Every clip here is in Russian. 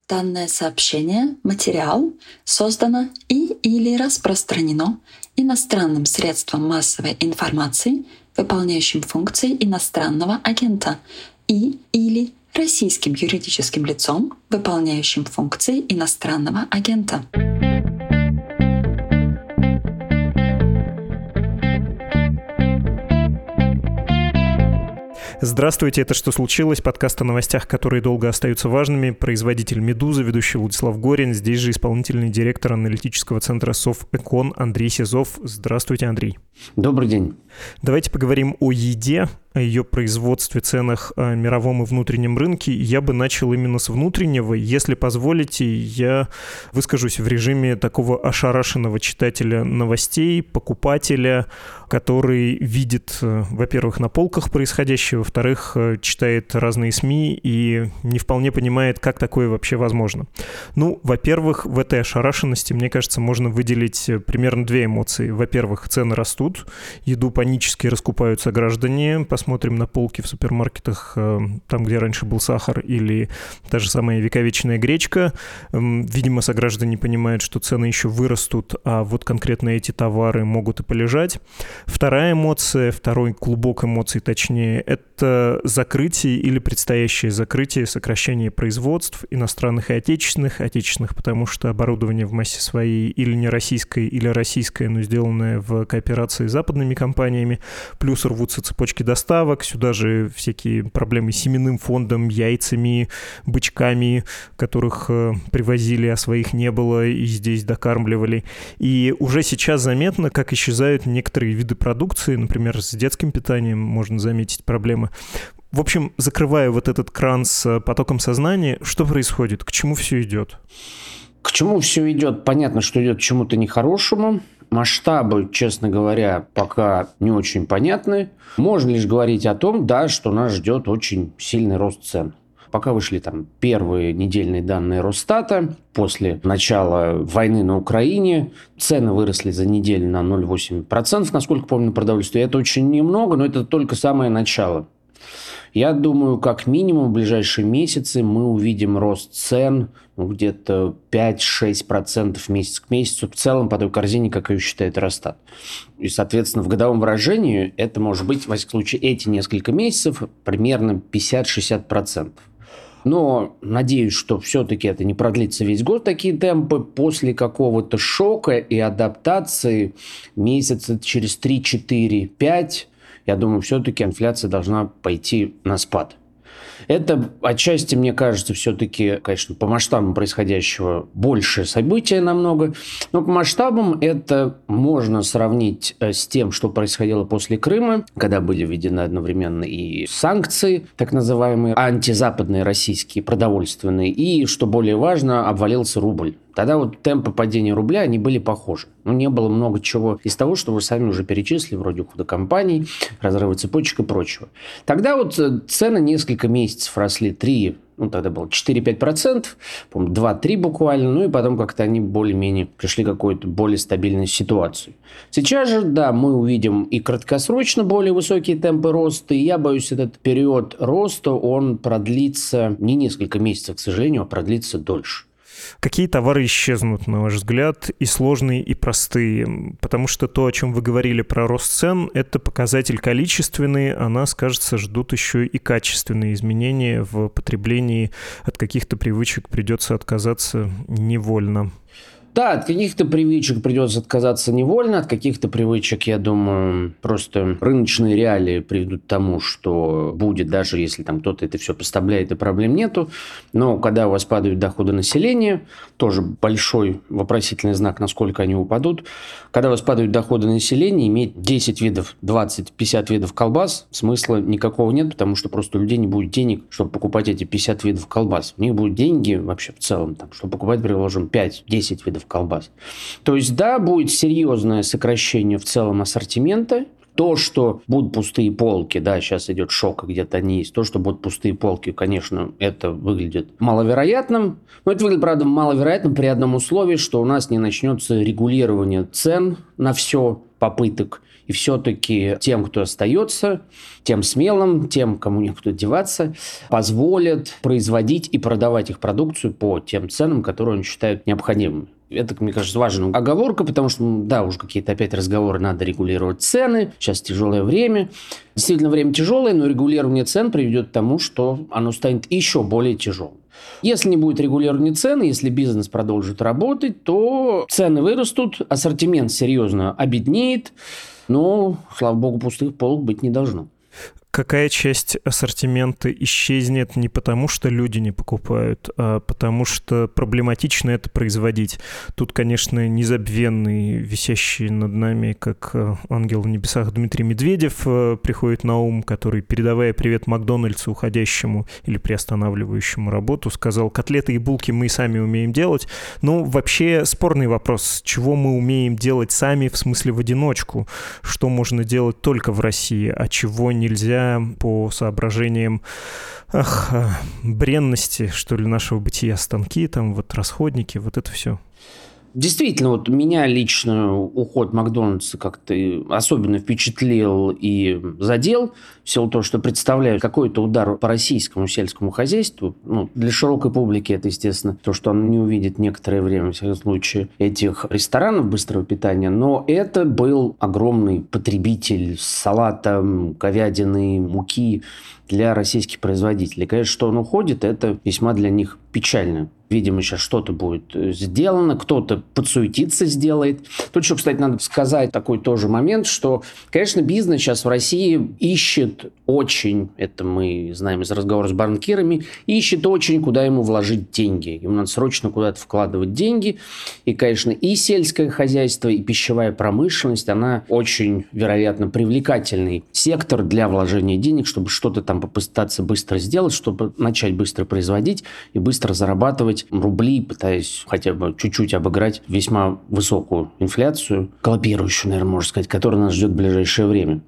Данное сообщение, материал создано или распространено иностранным средством массовой информации, выполняющим функции иностранного агента, или российским юридическим лицом, выполняющим функции иностранного агента. Здравствуйте, это «Что случилось?» Подкаст о новостях, которые долго остаются важными. Производитель «Медузы», ведущий Владислав Горин. Здесь же исполнительный директор аналитического центра Софэкон Андрей Сизов. Здравствуйте, Андрей. Добрый день. Давайте поговорим о еде, о ее производстве, ценах, о мировом и внутреннем рынке. Я бы начал именно с внутреннего. Если позволите, я выскажусь в режиме такого ошарашенного читателя новостей, покупателя, который видит, во-первых, на полках происходящее, во-вторых, читает разные СМИ и не вполне понимает, как такое вообще возможно. Во-первых, в этой ошарашенности, мне кажется, можно выделить примерно две эмоции. Во-первых, цены растут, еду панически раскупаются граждане. Посмотрим на полки в супермаркетах, там, где раньше был сахар, или та же самая вековечная гречка. Видимо, сограждане понимают, что цены еще вырастут, а вот конкретно эти товары могут и полежать. Вторая эмоция, второй клубок эмоций, точнее, это закрытие или предстоящее закрытие, сокращение производств иностранных и отечественных. Отечественных, потому что оборудование в массе своей или не российское, или российское, но сделанное в кооперации с западными компаниями. Плюс рвутся цепочки доставок, сюда же всякие проблемы с семенным фондом, яйцами, бычками, которых привозили, а своих не было, и здесь докармливали. И уже сейчас заметно, как исчезают некоторые виды продукции, например, с детским питанием можно заметить проблемы. В общем, закрывая вот этот кран с потоком сознания, что происходит? К чему все идет? К чему все идет? Понятно, что идет к чему-то нехорошему. Масштабы, честно говоря, пока не очень понятны. Можно лишь говорить о том, что нас ждет очень сильный рост цен. Пока вышли первые недельные данные Росстата, после начала войны на Украине цены выросли за неделю на 0,8%, насколько помню, на продовольствие. Это очень немного, но это только самое начало. Я думаю, как минимум в ближайшие месяцы мы увидим рост цен где-то 5-6% месяц к месяцу в целом по той корзине, как ее считает Росстат. И, соответственно, в годовом выражении это может быть, во всяком случае, эти несколько месяцев примерно 50-60%. Но надеюсь, что все-таки это не продлится весь год, такие темпы. После какого-то шока и адаптации месяца через 3, 4, 5, я думаю, все-таки инфляция должна пойти на спад. Это отчасти, мне кажется, все-таки, конечно, по масштабам происходящего большее событие намного. Но по масштабам это можно сравнить с тем, что происходило после Крыма, когда были введены одновременно и санкции, так называемые антизападные российские, продовольственные, и, что более важно, обвалился рубль. Тогда темпы падения рубля, они были похожи. Не было много чего из того, что вы сами уже перечислили, вроде ухода компаний, разрыва цепочек и прочего. Тогда цены несколько месяцев росли 3%, тогда было 4-5%, по-моему, 2-3 буквально, и потом как-то они более-менее пришли к какой-то более стабильной ситуации. Сейчас же, мы увидим и краткосрочно более высокие темпы роста, и я боюсь, этот период роста, он продлится не несколько месяцев, к сожалению, а продлится дольше. Какие товары исчезнут, на ваш взгляд, и сложные, и простые? Потому что то, о чем вы говорили про рост цен, это показатель количественный, а нас, кажется, ждут еще и качественные изменения в потреблении. От каких-то привычек придется отказаться невольно. Да, от каких-то привычек придется отказаться невольно, от каких-то привычек, я думаю, просто рыночные реалии приведут к тому, что будет, даже если кто-то это все поставляет и проблем нету. Но когда у вас падают доходы населения, тоже большой вопросительный знак, насколько они упадут. Когда у вас падают доходы населения, иметь 10 видов, 20, 50 видов колбас смысла никакого нет, потому что просто у людей не будет денег, чтобы покупать эти 50 видов колбас. У них будут деньги вообще в целом, чтобы покупать, предположим, 5-10 видов колбас. То есть, будет серьезное сокращение в целом ассортимента. То, что будут пустые полки, сейчас идет шок, где-то они есть. То, что будут пустые полки, конечно, это выглядит маловероятным. Но это выглядит, правда, маловероятным при одном условии, что у нас не начнется регулирование цен на все, попыток. И все-таки тем, кто остается, тем смелым, тем, кому некуда деваться, позволят производить и продавать их продукцию по тем ценам, которые они считают необходимыми. Это, мне кажется, важная оговорка, потому что, да, уже какие-то опять разговоры, надо регулировать цены, сейчас тяжелое время. Действительно, время тяжелое, но регулирование цен приведет к тому, что оно станет еще более тяжелым. Если не будет регулирования цен, если бизнес продолжит работать, то цены вырастут, ассортимент серьезно обеднеет, но, слава богу, пустых полок быть не должно. Какая часть ассортимента исчезнет не потому, что люди не покупают, а потому что проблематично это производить? Тут, конечно, незабвенный, висящий над нами, как ангел в небесах, Дмитрий Медведев приходит на ум, который, передавая привет Макдональдсу, уходящему или приостанавливающему работу, сказал: котлеты и булки мы и сами умеем делать. Ну, вообще спорный вопрос, чего мы умеем делать сами, в смысле в одиночку, что можно делать только в России, а чего нельзя по соображениям бренности, что ли, нашего бытия, станки, там вот расходники, вот это все. Действительно, вот меня лично уход Макдональдса как-то особенно впечатлил и задел, в силу того, что представляю какой-то удар по российскому сельскому хозяйству. Ну, для широкой публики это, естественно, то, что он не увидит некоторое время, в всяком случае, этих ресторанов быстрого питания, но это был огромный потребитель салата, говядины, муки для российских производителей. Конечно, что он уходит, это весьма для них печально. Видимо, сейчас что-то будет сделано, кто-то подсуетиться сделает. Тут еще, кстати, надо сказать такой тоже момент, что, конечно, бизнес сейчас в России ищет очень, это мы знаем из разговора с банкирами, ищет очень, куда ему вложить деньги. Ему надо срочно куда-то вкладывать деньги. И, конечно, и сельское хозяйство, и пищевая промышленность, она очень, вероятно, привлекательный сектор для вложения денег, чтобы что-то там попытаться быстро сделать, чтобы начать быстро производить и быстро зарабатывать рубли, пытаясь хотя бы чуть-чуть обыграть весьма высокую инфляцию, галопирующую, наверное, можно сказать, которая нас ждет в ближайшее время.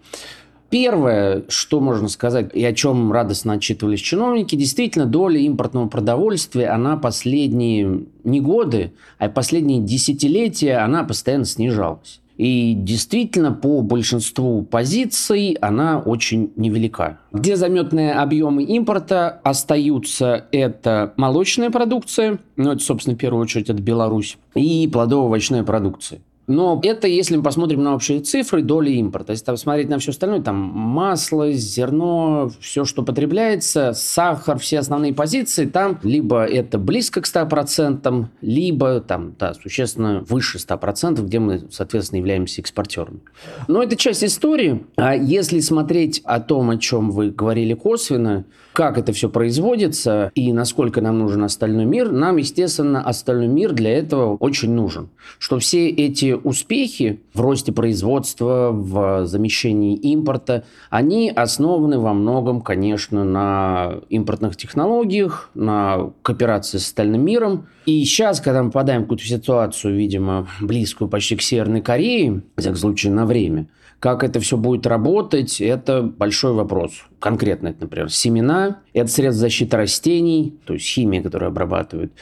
Первое, что можно сказать, и о чем радостно отчитывались чиновники, действительно, доля импортного продовольствия, она последние не годы, а последние десятилетия, она постоянно снижалась. И действительно, по большинству позиций она очень невелика. Где заметные объемы импорта остаются, это молочная продукция, ну, это, собственно, в первую очередь, это Беларусь, и плодово-овощная продукция. Но это, если мы посмотрим на общие цифры, доля импорта. Если там смотреть на все остальное, там масло, зерно, все, что потребляется, сахар, все основные позиции, там либо это близко к 100%, либо там, да, существенно выше 100%, где мы, соответственно, являемся экспортерами. Но это часть истории. А если смотреть о том, о чем вы говорили косвенно, как это все производится и насколько нам нужен остальной мир, нам, естественно, остальной мир для этого очень нужен. Что все эти успехи в росте производства, в замещении импорта, они основаны во многом, конечно, на импортных технологиях, на кооперации с остальным миром. И сейчас, когда мы попадаем в какую-то ситуацию, видимо, близкую почти к Северной Корее, в всяком случае, на время, как это все будет работать, это большой вопрос. Конкретно это, например, семена, это средства защиты растений, то есть химия, которую обрабатывают,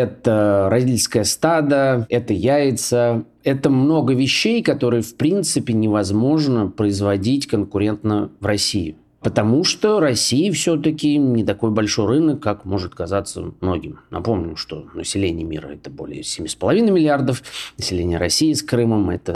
это родительское стадо, это яйца. Это много вещей, которые, в принципе, невозможно производить конкурентно в России. Потому что Россия все-таки не такой большой рынок, как может казаться многим. Напомню, что население мира – это более 7,5 миллиардов, население России с Крымом – это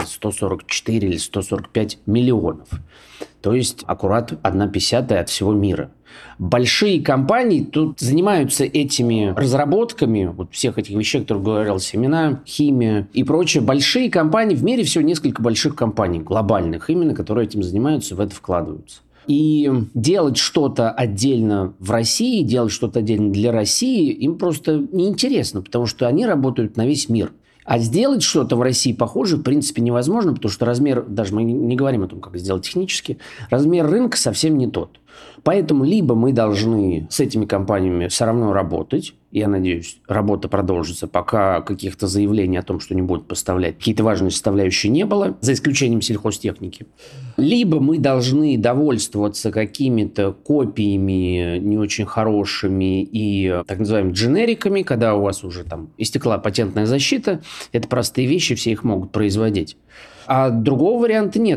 144 или 145 миллионов. То есть аккурат 1/50 от всего мира. Большие компании тут занимаются этими разработками вот всех этих вещей, которые говорил, семена, химия и прочее. Большие компании, в мире всего несколько больших компаний, глобальных именно, которые этим занимаются, в это вкладываются. И делать что-то отдельно в России, делать что-то отдельно для России им просто неинтересно, потому что они работают на весь мир. А сделать что-то в России похоже, в принципе, невозможно, потому что размер, даже мы не говорим о том, как сделать технически, размер рынка совсем не тот. Поэтому либо мы должны с этими компаниями все равно работать, я надеюсь, работа продолжится, пока каких-то заявлений о том, что не будут поставлять какие-то важные составляющие, не было, за исключением сельхозтехники. Либо мы должны довольствоваться какими-то копиями не очень хорошими и так называемыми дженериками, когда у вас уже там истекла патентная защита, это простые вещи, все их могут производить. А другого варианта нету.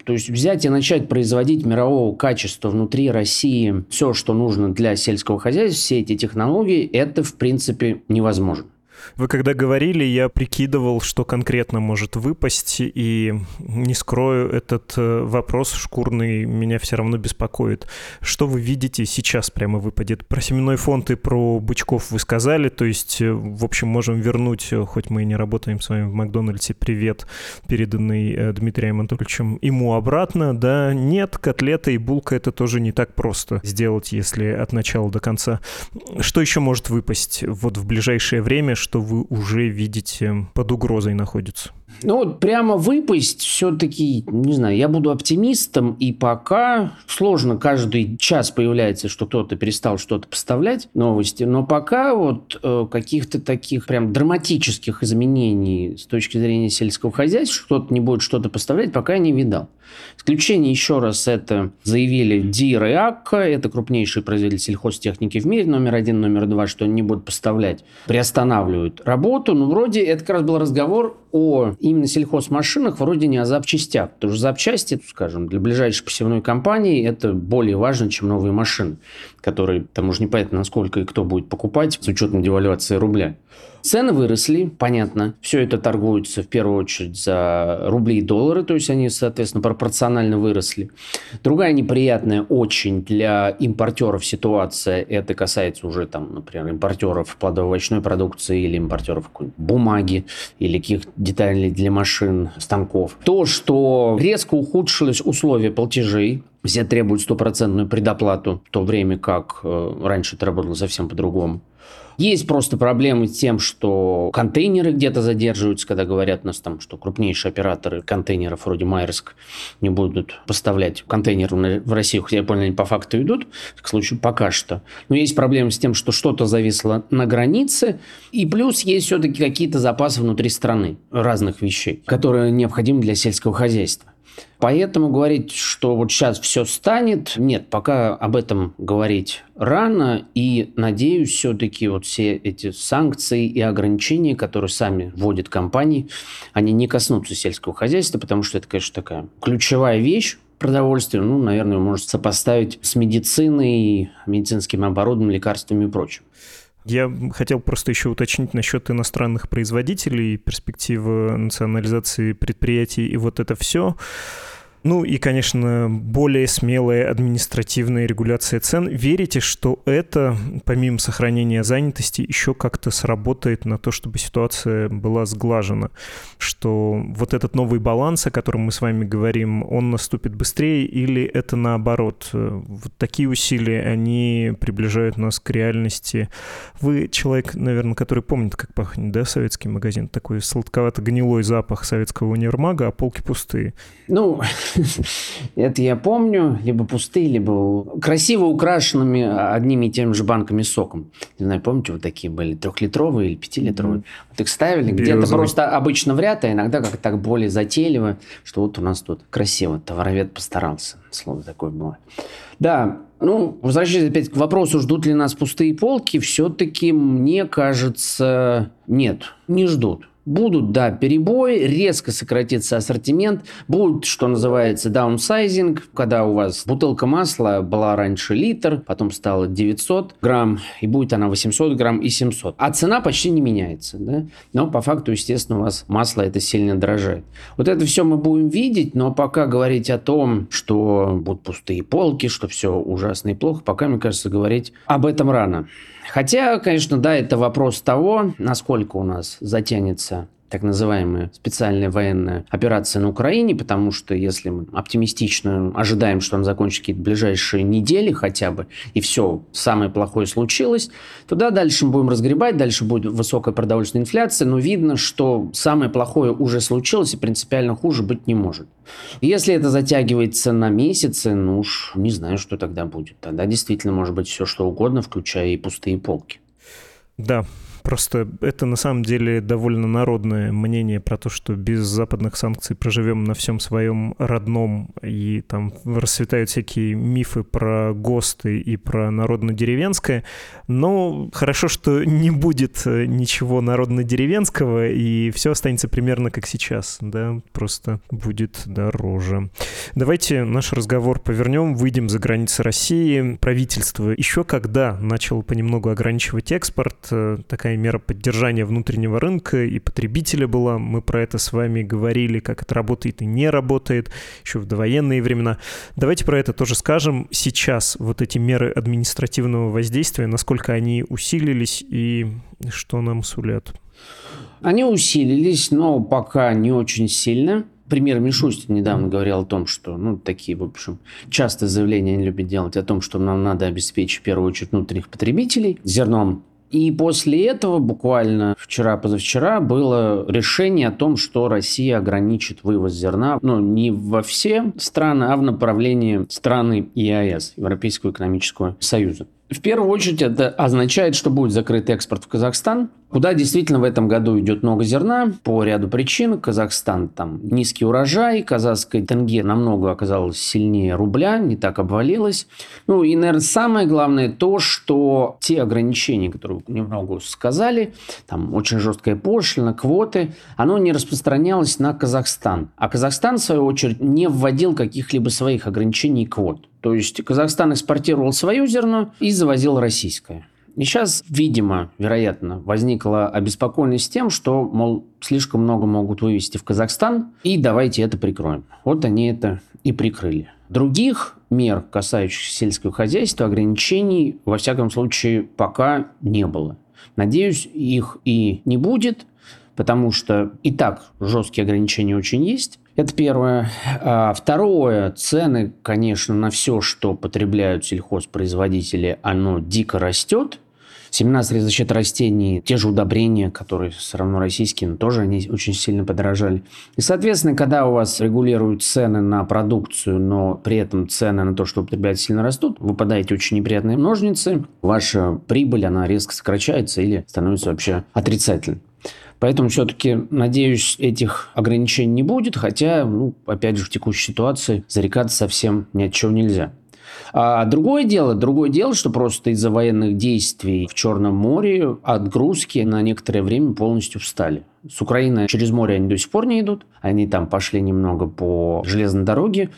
То есть взять и начать производить мирового качества внутри России все, что нужно для сельского хозяйства, все эти технологии, это, в принципе, невозможно. Вы когда говорили, я прикидывал, что конкретно может выпасть, и не скрою, этот вопрос шкурный меня все равно беспокоит. Что вы видите сейчас прямо выпадет? Про семенной фонд и про бычков вы сказали, то есть, в общем, можем вернуть, хоть мы и не работаем с вами в Макдональдсе, привет, переданный Дмитрием Анатольевичем, ему обратно, да? Нет, котлета и булка — это тоже не так просто сделать, если от начала до конца. Что еще может выпасть вот в ближайшее время, что вы уже видите под угрозой находится? Ну вот прямо выпасть все-таки, не знаю, я буду оптимистом, и пока сложно, каждый час появляется, что кто-то перестал что-то поставлять, новости, но пока вот каких-то таких прям драматических изменений с точки зрения сельского хозяйства, что кто-то не будет что-то поставлять, пока я не видал. Исключение, еще раз, это заявили ДИР и АККО, это крупнейшие производители сельхозтехники в мире, номер 1, номер 2, что они не будут поставлять, приостанавливают работу. Но вроде это как раз был разговор о именно сельхозмашинах, вроде не о запчастях. Потому что запчасти, скажем, для ближайшей посевной кампании это более важно, чем новые машины, которые там уже непонятно, насколько и кто будет покупать с учетом девальвации рубля. Цены выросли, понятно. Все это торгуется в первую очередь за рубли и доллары, то есть они, соответственно, пропорционально выросли. Другая неприятная очень для импортеров ситуация, это касается уже, там, например, импортеров плодово-овощной продукции или импортеров бумаги или каких-то деталей для машин, станков. То, что резко ухудшились условия платежей, все требуют стопроцентную предоплату, в то время как раньше это работало совсем по-другому. Есть просто проблемы с тем, что контейнеры где-то задерживаются, когда говорят у нас там, что крупнейшие операторы контейнеров вроде Майерск не будут поставлять контейнеры в Россию, хотя я понял, они по факту идут, к случаю пока что. Но есть проблемы с тем, что что-то зависло на границе, и плюс есть все-таки какие-то запасы внутри страны разных вещей, которые необходимы для сельского хозяйства. Поэтому говорить, что вот сейчас все станет, нет, пока об этом говорить рано. И надеюсь, все-таки вот все эти санкции и ограничения, которые сами вводят компании, они не коснутся сельского хозяйства, потому что это, конечно, такая ключевая вещь. Продовольствие, ну, наверное, можно сопоставить с медициной, медицинским оборудованием, лекарствами и прочим. Я хотел просто еще уточнить насчет иностранных производителей, перспективы национализации предприятий и вот это все. Ну и, конечно, более смелая административная регуляция цен. Верите, что это, помимо сохранения занятости, еще как-то сработает на то, чтобы ситуация была сглажена? Что вот этот новый баланс, о котором мы с вами говорим, он наступит быстрее или это наоборот? Вот такие усилия, они приближают нас к реальности. Вы человек, наверное, который помнит, как пахнет, да, советский магазин? Такой сладковато-гнилой запах советского универмага, а полки пустые. Ну... Это я помню, либо пустые, либо красиво украшенными одними и теми же банками с соком. Не знаю, помните, вот такие были 3-литровые или 5-литровые. Вот их ставили где-то просто обычно в ряд, а иногда как-то так более затейливо, что вот у нас тут красиво, товаровед постарался. Слово такое было. Да, ну, возвращаясь опять к вопросу, ждут ли нас пустые полки, все-таки, мне кажется, нет, не ждут. Будут, да, перебои, резко сократится ассортимент, будет, что называется, даунсайзинг, когда у вас бутылка масла была раньше литр, потом стала 900 грамм, и будет она 800 грамм и 700. А цена почти не меняется, да? Но по факту, естественно, у вас масло это сильно дорожает. Вот это все мы будем видеть, но пока говорить о том, что будут пустые полки, что все ужасно и плохо, пока, мне кажется, говорить об этом рано. Хотя, конечно, да, это вопрос того, насколько у нас затянется так называемая специальная военная операция на Украине, потому что если мы оптимистично ожидаем, что она закончится какие-то ближайшие недели хотя бы, и все, самое плохое случилось, то да, дальше мы будем разгребать, дальше будет высокая продовольственная инфляция, но видно, что самое плохое уже случилось, и принципиально хуже быть не может. Если это затягивается на месяцы, ну уж не знаю, что тогда будет. Тогда действительно может быть все, что угодно, включая и пустые полки. Да. Просто это на самом деле довольно народное мнение про то, что без западных санкций проживем на всем своем родном, и там расцветают всякие мифы про ГОСТы и про народно-деревенское. Но хорошо, что не будет ничего народно-деревенского, и все останется примерно как сейчас, да, просто будет дороже. Давайте наш разговор повернем, выйдем за границы России. Правительство еще когда начало понемногу ограничивать экспорт, такая мера поддержания внутреннего рынка и потребителя была. Мы про это с вами говорили, как это работает и не работает еще в довоенные времена. Давайте про это тоже скажем. Сейчас вот эти меры административного воздействия, насколько они усилились и что нам сулят? Они усилились, но пока не очень сильно. Премьер Мишустин недавно говорил о том, что, такие, в общем, частые заявления они любят делать о том, что нам надо обеспечить в первую очередь внутренних потребителей зерном. И после этого буквально вчера-позавчера было решение о том, что Россия ограничит вывоз зерна, не во все страны, а в направлении страны ЕАЭС, Европейского экономического союза. В первую очередь это означает, что будет закрыт экспорт в Казахстан, куда действительно в этом году идет много зерна по ряду причин. Казахстан там низкий урожай, казахская тенге намного оказалась сильнее рубля, не так обвалилась. И, наверное, самое главное то, что те ограничения, которые вы немного сказали, там очень жесткая пошлина, квоты, оно не распространялось на Казахстан. А Казахстан, в свою очередь, не вводил каких-либо своих ограничений и квот. То есть Казахстан экспортировал свое зерно и завозил российское. И сейчас, вероятно, возникла обеспокоенность тем, что, мол, слишком много могут вывести в Казахстан, и давайте это прикроем. Вот они это и прикрыли. Других мер, касающихся сельского хозяйства, ограничений, во всяком случае, пока не было. Надеюсь, их и не будет, потому что и так жесткие ограничения очень есть. Это первое. Второе. Цены, конечно, на все, что потребляют сельхозпроизводители, оно дико растет. Семена, средства защиты растений, те же удобрения, которые все равно российские, но тоже они очень сильно подорожали. И, соответственно, когда у вас регулируют цены на продукцию, но при этом цены на то, что употребляют, сильно растут, выпадаете очень неприятные ножницы, ваша прибыль, она резко сокращается или становится вообще отрицательной. Поэтому все-таки, надеюсь, этих ограничений не будет, хотя, опять же, в текущей ситуации зарекаться совсем ни от чего нельзя. А другое дело, что просто из-за военных действий в Черном море отгрузки на некоторое время полностью встали. С Украины через море они до сих пор не идут, они там пошли немного по железной дороге.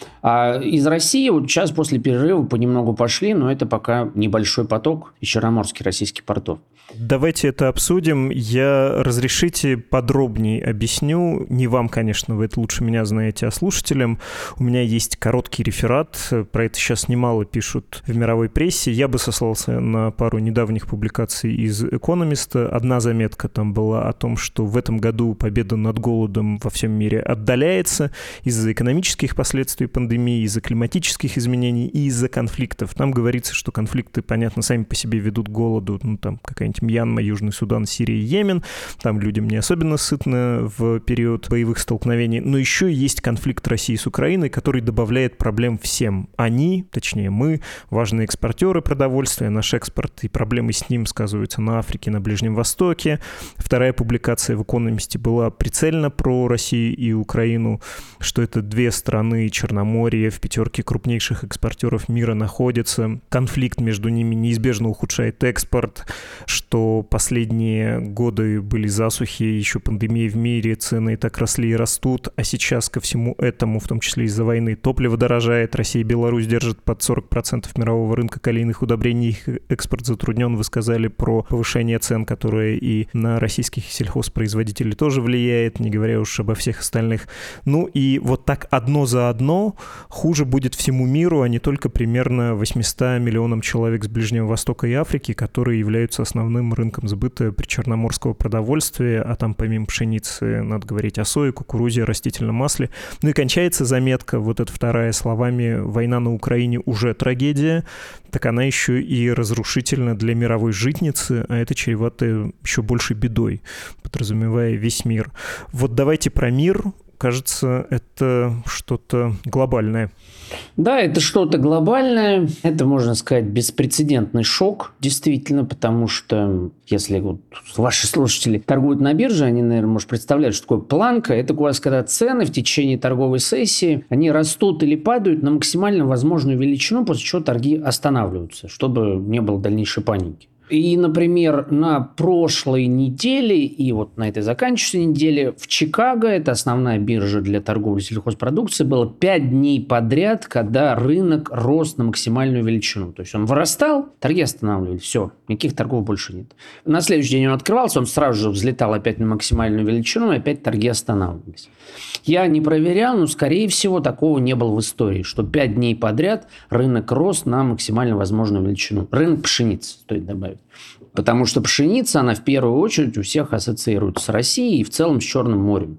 А из России вот сейчас после перерыва понемногу пошли, но это пока небольшой поток из черноморских российских портов. Давайте это обсудим. Разрешите подробнее объясню. Не вам, конечно, вы это лучше меня знаете, а слушателям. У меня есть короткий реферат. Про это сейчас немало пишут в мировой прессе. Я бы сослался на пару недавних публикаций из «Экономиста». Одна заметка там была о том, что в этом году победа над голодом во всем мире отдаляется из-за экономических последствий пандемии, из-за климатических изменений и из-за конфликтов. Там говорится, что конфликты, понятно, сами по себе ведут к голоду. Там какая-нибудь Мьянма, Южный Судан, Сирия, Йемен. Там людям не особенно сытно в период боевых столкновений. Но еще есть конфликт России с Украиной, который добавляет проблем всем. Они, точнее мы, важные экспортеры продовольствия, наш экспорт и проблемы с ним сказываются на Африке, на Ближнем Востоке. Вторая публикация в «Экономисте» была прицельно про Россию и Украину, что это две страны Черноморья в пятерке крупнейших экспортеров мира находятся. Конфликт между ними неизбежно ухудшает экспорт, что последние годы были засухи, еще пандемия в мире, цены и так росли и растут, а сейчас ко всему этому, в том числе из-за войны, топливо дорожает, Россия и Беларусь держат под 40% мирового рынка калийных удобрений, их экспорт затруднен, вы сказали про повышение цен, которое и на российских сельхозпроизводителей тоже влияет, не говоря уж обо всех остальных. И вот так одно за одно хуже будет всему миру, а не только примерно 800 миллионам человек с Ближнего Востока и Африки, которые являются основным рынком сбыта причерноморского продовольствия, а там помимо пшеницы надо говорить о сое, кукурузе, растительном масле. И кончается заметка, вот эта вторая, словами: «Война на Украине уже трагедия», так она еще и разрушительна для мировой житницы, а это чревато еще большей бедой, подразумевая весь мир. Вот давайте про мир. кажется, это что-то глобальное. Да, это что-то глобальное. Это, можно сказать, беспрецедентный шок, действительно, потому что если вот ваши слушатели торгуют на бирже, они, наверное, может, представляют, что такое планка. Это у вас, когда цены в течение торговой сессии, они растут или падают на максимально возможную величину, после чего торги останавливаются, чтобы не было дальнейшей паники. И, например, на прошлой неделе и вот на этой заканчивающей неделе в Чикаго, это основная биржа для торговли сельхозпродукцией, было 5 дней подряд, когда рынок рос на максимальную величину. То есть он вырастал, торги останавливались, все, никаких торгов больше нет. На следующий день он открывался, он сразу же взлетал опять на максимальную величину, и опять торги останавливались. Я не проверял, но, скорее всего, такого не было в истории, что 5 дней подряд рынок рос на максимально возможную величину. Рынок пшеницы, стоит добавить. Потому что пшеница, она в первую очередь у всех ассоциируется с Россией и в целом с Черным морем.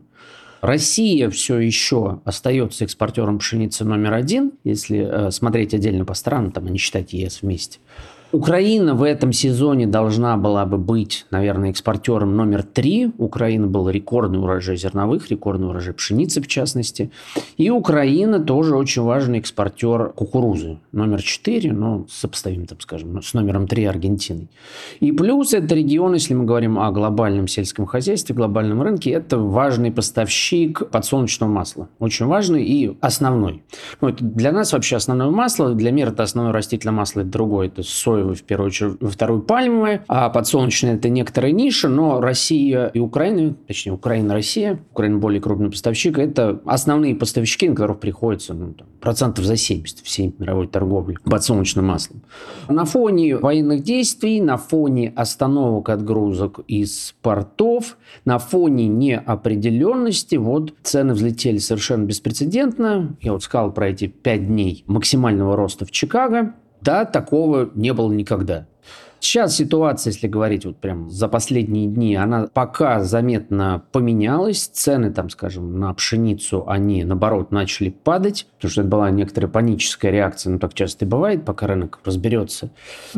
Россия все еще остается экспортером пшеницы номер 1, если смотреть отдельно по странам, там, а не считать ЕС вместе. Украина в этом сезоне должна была бы быть, наверное, экспортером номер 3. Украина был рекордный урожай зерновых, рекордный урожай пшеницы в частности. И Украина тоже очень важный экспортер кукурузы. Номер 4, но сопоставим, там, скажем, с номером 3 Аргентиной. И плюс это регион, если мы говорим о глобальном сельском хозяйстве, глобальном рынке, это важный поставщик подсолнечного масла. Очень важный и основной. Ну, это для нас вообще основное масло, для мира это основное растительное масло, это другое, это соевое в первую очередь, во вторую пальмовое, а подсолнечное это некоторая ниша, но Россия и Украина, точнее Украина-Россия, Украина более крупный поставщик, это основные поставщики, на которых приходится процентов за 70 всей мировой торговли подсолнечным маслом. На фоне военных действий, на фоне остановок отгрузок из портов, на фоне неопределенности, вот цены взлетели совершенно беспрецедентно. Я вот сказал про эти 5 дней максимального роста в Чикаго. Да, такого не было никогда. Сейчас ситуация, если говорить вот прям за последние дни, она пока заметно поменялась. Цены, там, скажем, на пшеницу, они, наоборот, начали падать, потому что это была некоторая паническая реакция, но так часто и бывает, пока рынок разберется.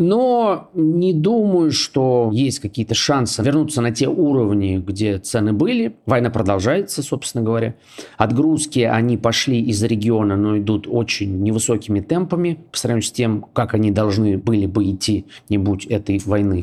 Но не думаю, что есть какие-то шансы вернуться на те уровни, где цены были. Война продолжается, собственно говоря. Отгрузки, они пошли из региона, но идут очень невысокими темпами по сравнению с тем, как они должны были бы идти, не будь этой войны.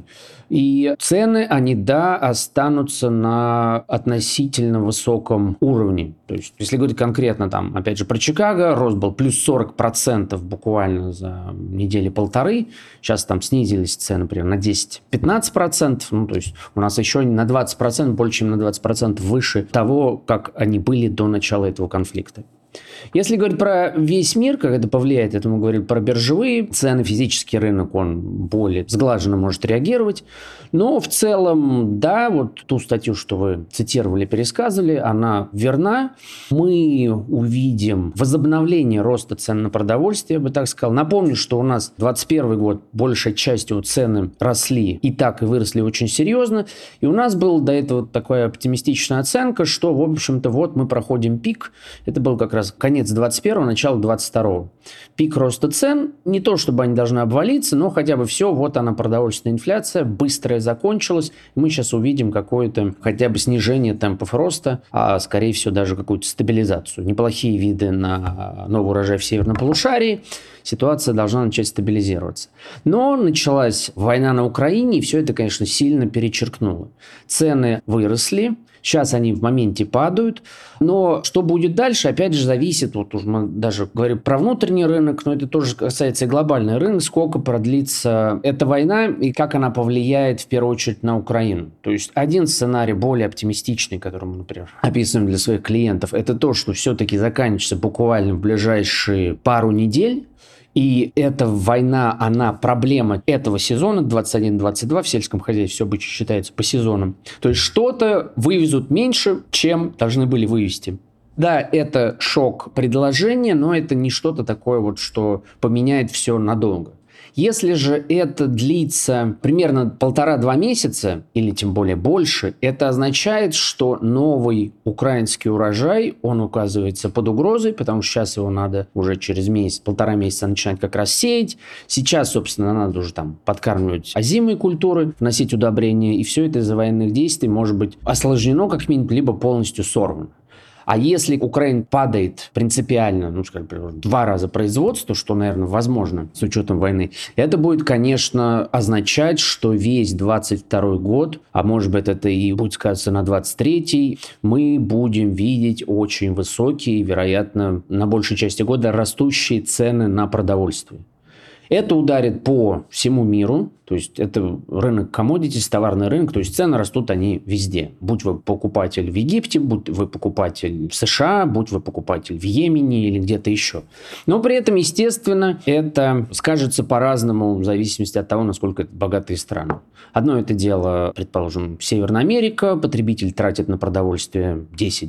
И цены, они, да, останутся на относительно высоком уровне. То есть, если говорить конкретно, там, опять же, про Чикаго, рост был плюс 40% буквально за недели полторы. Сейчас там снизились цены, например, на 10-15%. Ну, то есть, у нас еще на 20%, больше, чем на 20% выше того, как они были до начала этого конфликта. Если говорить про весь мир, как это повлияет, это мы говорим про биржевые цены, физический рынок, он более сглаженно может реагировать. Но в целом, да, вот ту статью, что вы цитировали, пересказывали, она верна. Мы увидим возобновление роста цен на продовольствие, я бы так сказал. Напомню, что у нас 2021 год большей частью цены росли и так и выросли очень серьезно. И у нас была до этого такая оптимистичная оценка, что, в общем-то, вот мы проходим пик. Это был как раз конец 21-го, начало 22-го. Пик роста цен. Не то, чтобы они должны обвалиться, но хотя бы все, вот она, продовольственная инфляция, быстрая закончилась. Мы сейчас увидим какое-то хотя бы снижение темпов роста, а скорее всего даже какую-то стабилизацию. Неплохие виды на новый урожай в северном полушарии. Ситуация должна начать стабилизироваться. Но началась война на Украине, и все это, конечно, сильно перечеркнуло. Цены выросли. Сейчас они в моменте падают. Но что будет дальше, опять же, зависит. Вот уже мы даже говорим про внутренний рынок, но это тоже касается и глобального рынка. Сколько продлится эта война и как она повлияет в первую очередь на Украину. То есть один сценарий более оптимистичный, который мы, например, описываем для своих клиентов, это то, что все-таки заканчивается буквально в ближайшие пару недель. И эта война, она проблема этого сезона, 21-22, в сельском хозяйстве все обычно считается по сезонам. То есть что-то вывезут меньше, чем должны были вывести. Да, это шок предложения, но это не что-то такое, вот, что поменяет все надолго. Если же это длится примерно 1,5-2 месяца, или тем более больше, это означает, что новый украинский урожай, он оказывается под угрозой, потому что сейчас его надо уже через месяц, 1,5 месяца начинать как раз сеять. Сейчас, собственно, надо уже там подкармливать озимые культуры, вносить удобрения, и все это из-за военных действий может быть осложнено как минимум, либо полностью сорвано. А если Украина падает принципиально, скажем, 2 раза производство, что, наверное, возможно с учетом войны, это будет, конечно, означать, что весь 22 год, а может быть это и будет сказаться на 23-й, мы будем видеть очень высокие, вероятно, на большей части года растущие цены на продовольствие. Это ударит по всему миру, то есть это рынок commodities, товарный рынок, то есть цены растут они везде. Будь вы покупатель в Египте, будь вы покупатель в США, будь вы покупатель в Йемене или где-то еще. Но при этом, естественно, это скажется по-разному в зависимости от того, насколько это богатые страны. Одно это дело, предположим, Северная Америка, потребитель тратит на продовольствие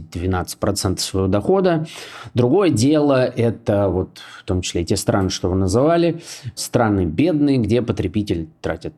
10-12% своего дохода. Другое дело это вот в том числе и те страны, что вы называли, страны бедные, где потребитель тратит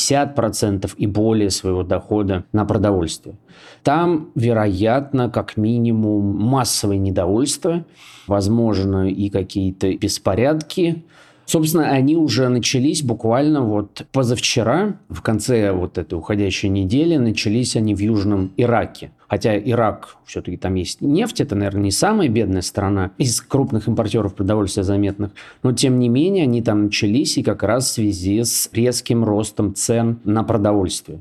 50% и более своего дохода на продовольствие. Там, вероятно, как минимум массовое недовольство, возможно, и какие-то беспорядки. Собственно, они уже начались буквально вот позавчера, в конце вот этой уходящей недели, начались они в Южном Ираке. Хотя Ирак, все-таки там есть нефть, это, наверное, не самая бедная страна из крупных импортеров продовольствия заметных, но, тем не менее, они там начались и как раз в связи с резким ростом цен на продовольствие.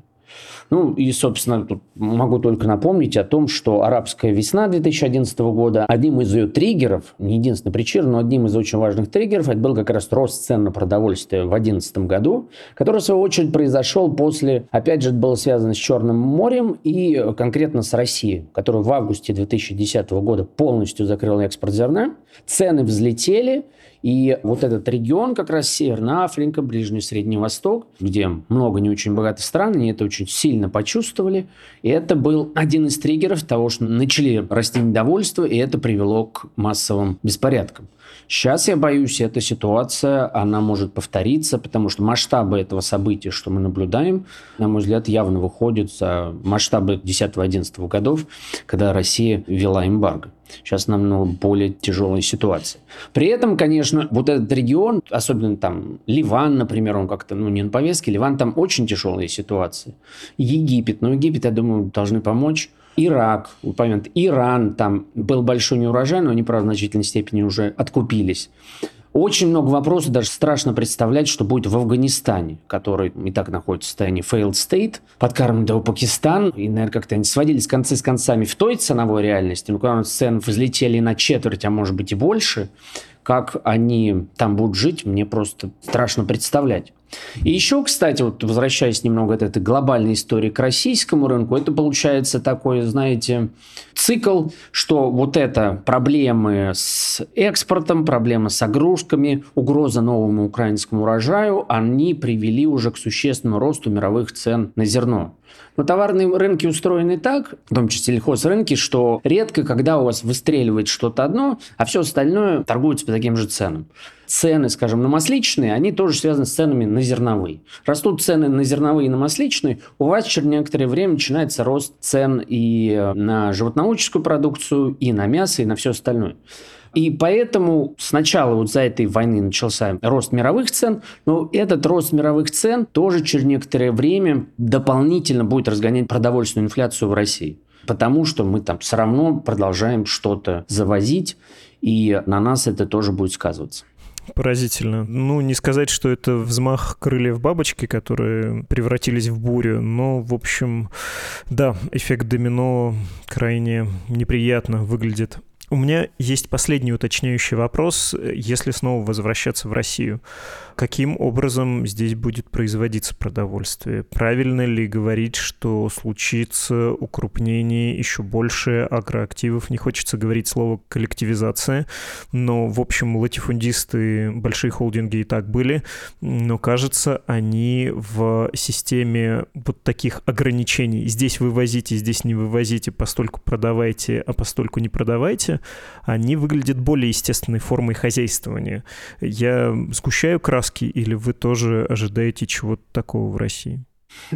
И, собственно, тут могу только напомнить о том, что арабская весна 2011 года, одним из ее триггеров, не единственной причиной, но одним из очень важных триггеров, это был как раз рост цен на продовольствие в 2011 году, который, в свою очередь, произошел после, опять же, это было связано с Черным морем и конкретно с Россией, которая в августе 2010 года полностью закрыла экспорт зерна. Цены взлетели, и вот этот регион, как раз Северная Африка, Ближний и Средний Восток, где много не очень богатых стран, они это очень сильно почувствовали. И это был один из триггеров того, что начали расти недовольство, и это привело к массовым беспорядкам. Сейчас, я боюсь, эта ситуация, она может повториться, потому что масштабы этого события, что мы наблюдаем, на мой взгляд, явно выходят за масштабы 10-11 годов, когда Россия ввела эмбарго. Сейчас намного более тяжелая ситуация. При этом, конечно, вот этот регион, особенно там Ливан, например, он как-то, не на повестке, Ливан, там очень тяжелая ситуация. Египет, Египет, я думаю, должны помочь. Ирак, упомянут, Иран, там был большой неурожай, но они, правда, в значительной степени уже откупились. Очень много вопросов, даже страшно представлять, что будет в Афганистане, который и так находится в состоянии failed state, подкармливает его Пакистан, и, наверное, как-то они сводились концы с концами в той ценовой реальности, когда цены взлетели на четверть, а может быть и больше, как они там будут жить, мне просто страшно представлять. И еще, кстати, вот возвращаясь немного от этой глобальной истории к российскому рынку, это получается такой, знаете, цикл, что вот это проблемы с экспортом, проблемы с огрузками, угроза новому украинскому урожаю, они привели уже к существенному росту мировых цен на зерно. Но товарные рынки устроены так, в том числе сельхозрынки, что редко, когда у вас выстреливает что-то одно, а все остальное торгуется по таким же ценам. Цены, скажем, на масличные, они тоже связаны с ценами на зерновые. Растут цены на зерновые и на масличные, у вас через некоторое время начинается рост цен и на животноводческую продукцию, и на мясо, и на все остальное. И поэтому сначала вот за этой войны начался рост мировых цен, но этот рост мировых цен тоже через некоторое время дополнительно будет разгонять продовольственную инфляцию в России. Потому что мы там все равно продолжаем что-то завозить, и на нас это тоже будет сказываться. Поразительно. Не сказать, что это взмах крыльев бабочки, которые превратились в бурю, но, в общем, да, эффект домино крайне неприятно выглядит. У меня есть последний уточняющий вопрос, если снова возвращаться в Россию. Каким образом здесь будет производиться продовольствие? Правильно ли говорить, что случится укрупнение, еще больше агроактивов? Не хочется говорить слово «коллективизация», но, в общем, латифундисты, большие холдинги и так были, но, кажется, они в системе вот таких ограничений. Здесь вывозите, здесь не вывозите, постольку продавайте, а постольку не продавайте, они выглядят более естественной формой хозяйствования. Я сгущаю краски, или вы тоже ожидаете чего-то такого в России?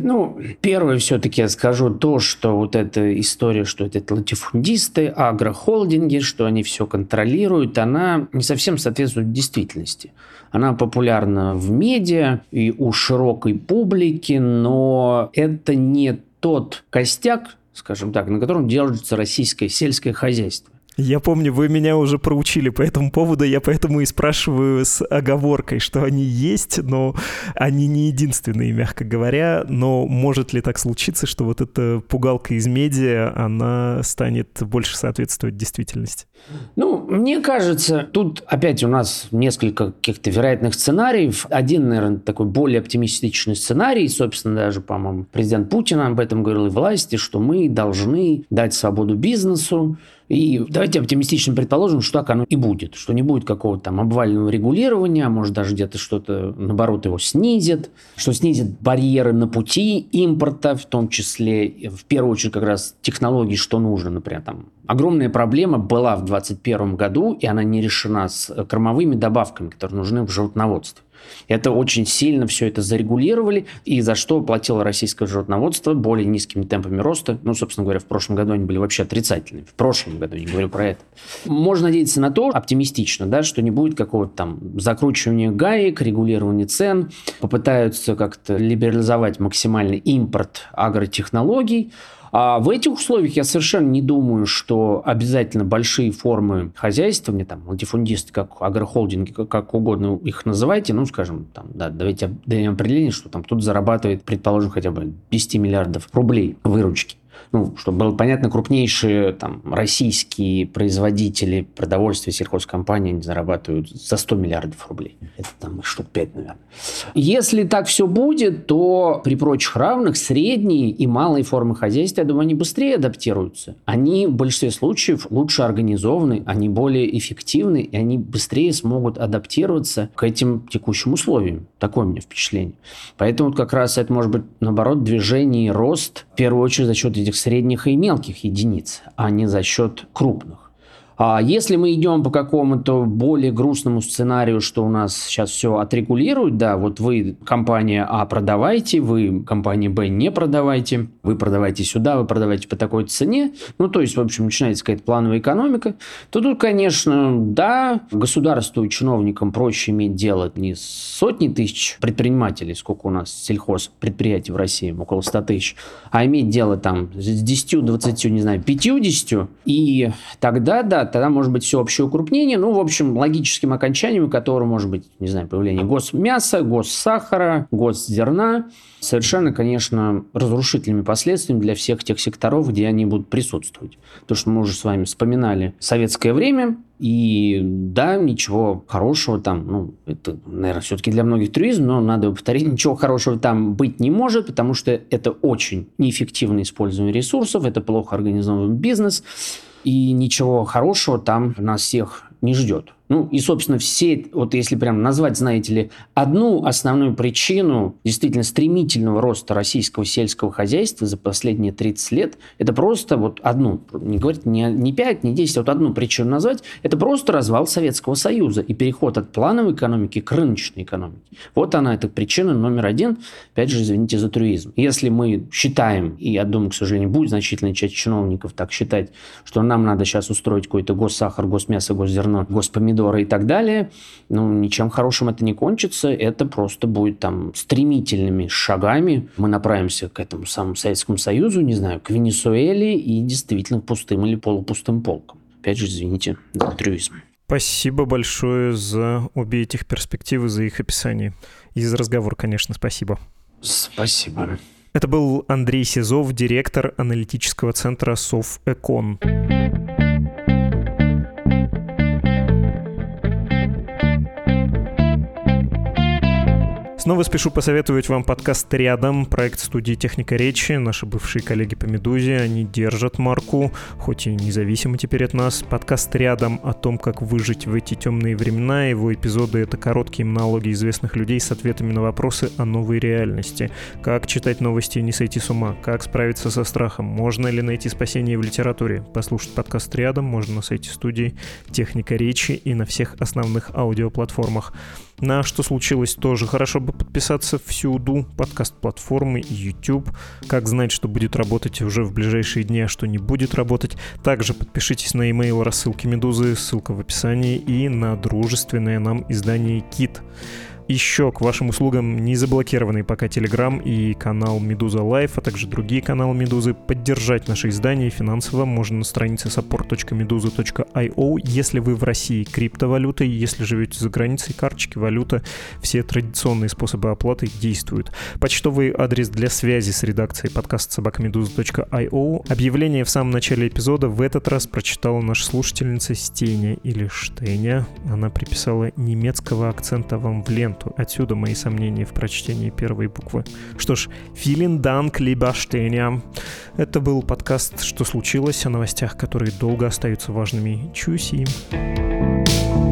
Первое все-таки я скажу то, что вот эта история, что это латифундисты, агрохолдинги, что они все контролируют, она не совсем соответствует действительности. Она популярна в медиа и у широкой публики, но это не тот костяк, скажем так, на котором держится российское сельское хозяйство. Я помню, вы меня уже проучили по этому поводу, я поэтому и спрашиваю с оговоркой, что они есть, но они не единственные, мягко говоря. Но может ли так случиться, что вот эта пугалка из медиа, она станет больше соответствовать действительности? Ну, мне кажется, тут опять у нас несколько каких-то вероятных сценариев. Один, наверное, такой более оптимистичный сценарий, собственно, даже, по-моему, президент Путин об этом говорил и власти, что мы должны дать свободу бизнесу. И давайте оптимистично предположим, что так оно и будет, что не будет какого-то там обвального регулирования, а может даже где-то что-то, наоборот, его снизит, что снизит барьеры на пути импорта, в том числе, в первую очередь, как раз технологии, что нужно, например, там. Огромная проблема была в 2021 году, и она не решена с кормовыми добавками, которые нужны в животноводстве. Это очень сильно все это зарегулировали, и за что платило российское животноводство более низкими темпами роста. Ну, собственно говоря, в прошлом году они были вообще отрицательными. В прошлом году, не говорю про это. Можно надеяться на то, оптимистично, да, что не будет какого-то там закручивания гаек, регулирования цен, попытаются как-то либерализовать максимально импорт агротехнологий. А в этих условиях я совершенно не думаю, что обязательно большие формы хозяйствования, там, латифундисты, как агрохолдинги, как угодно их называйте, ну, скажем, там, да, давайте дадим определение, что там кто-то зарабатывает, предположим, хотя бы 10 миллиардов рублей выручки. Ну, чтобы было понятно, крупнейшие там, российские производители продовольствия, сельхозкомпании, они зарабатывают за 100 миллиардов рублей. Это там штук 5, наверное. Если так все будет, то при прочих равных средние и малые формы хозяйства, я думаю, они быстрее адаптируются. Они в большинстве случаев лучше организованы, они более эффективны, и они быстрее смогут адаптироваться к этим текущим условиям. Такое у меня впечатление. Поэтому как раз это может быть, наоборот, движение и рост, в первую очередь, за счет этих средних и мелких единиц, а не за счет крупных. А если мы идем по какому-то более грустному сценарию, что у нас сейчас все отрегулируют, да, вот вы, компания А, продавайте, вы, компания Б, не продавайте, вы продавайте сюда, вы продавайте по такой цене, ну, то есть, в общем, начинается какая-то плановая экономика, то тут, конечно, да, государству и чиновникам проще иметь дело не с сотней тысяч предпринимателей, сколько у нас сельхозпредприятий в России, около 100 тысяч, а иметь дело там с 10, 20, не знаю, 50, и тогда, да, тогда может быть всеобщее укрупнение, ну, в общем, логическим окончанием которого может быть, не знаю, появление госмяса, госсахара, госзерна, совершенно, конечно, разрушительными последствиями для всех тех секторов, где они будут присутствовать. То, что мы уже с вами вспоминали советское время, и да, ничего хорошего там, ну, это, наверное, все-таки для многих туризм, но надо его повторить, ничего хорошего там быть не может, потому что это очень неэффективное использование ресурсов, это плохо организованный бизнес, и ничего хорошего там нас всех не ждет. Ну, и, собственно, все, вот если прям назвать, знаете ли, одну основную причину действительно стремительного роста российского сельского хозяйства за последние 30 лет, это просто вот одну, не говорить не 5, не 10, а вот одну причину назвать, это просто развал Советского Союза и переход от плановой экономики к рыночной экономике. Вот она, эта причина номер один, опять же, извините за трюизм. Если мы считаем, и я думаю, к сожалению, будет значительная часть чиновников так считать, что нам надо сейчас устроить какой-то госсахар, госмясо, госзерно, госпомидоры и так далее, ну, ничем хорошим это не кончится, это просто будет там стремительными шагами. Мы направимся к этому самому Советскому Союзу, не знаю, к Венесуэле и действительно к пустым или полупустым полкам. Опять же, извините за трюизм. Спасибо большое за обе этих перспективы, за их описание. И за разговор, конечно, спасибо. Спасибо. Это был Андрей Сизов, директор аналитического центра Совэкон. Снова спешу посоветовать вам подкаст «Рядом», проект студии «Техника речи». Наши бывшие коллеги по «Медузе», они держат марку, хоть и независимо теперь от нас. Подкаст «Рядом» о том, как выжить в эти темные времена. Его эпизоды — это короткие монологи известных людей с ответами на вопросы о новой реальности. Как читать новости и не сойти с ума? Как справиться со страхом? Можно ли найти спасение в литературе? Послушать подкаст «Рядом» можно на сайте студии «Техника речи» и на всех основных аудиоплатформах. На «Что случилось?» тоже хорошо бы подписаться всюду. Подкаст-платформы и YouTube. Как знать, что будет работать уже в ближайшие дни, а что не будет работать. Также подпишитесь на email рассылки «Медузы», ссылка в описании, и на дружественное нам издание «Кит». Еще к вашим услугам не заблокированный пока Telegram и канал Медуза Live, а также другие каналы Медузы. Поддержать наше издание финансово можно на странице support.meduza.io. Если вы в России, криптовалюта, если живете за границей, карточки, валюта, все традиционные способы оплаты действуют. Почтовый адрес для связи с редакцией подкаста собакамедуза.io. Объявление в самом начале эпизода в этот раз прочитала наша слушательница Стеня или Штеня. Она приписала немецкого акцента вам в ленту. Отсюда мои сомнения в прочтении первой буквы. Что ж, vielen Dank, lieber Stenia. Это был подкаст «Что случилось?» о новостях, которые долго остаются важными. Чуси!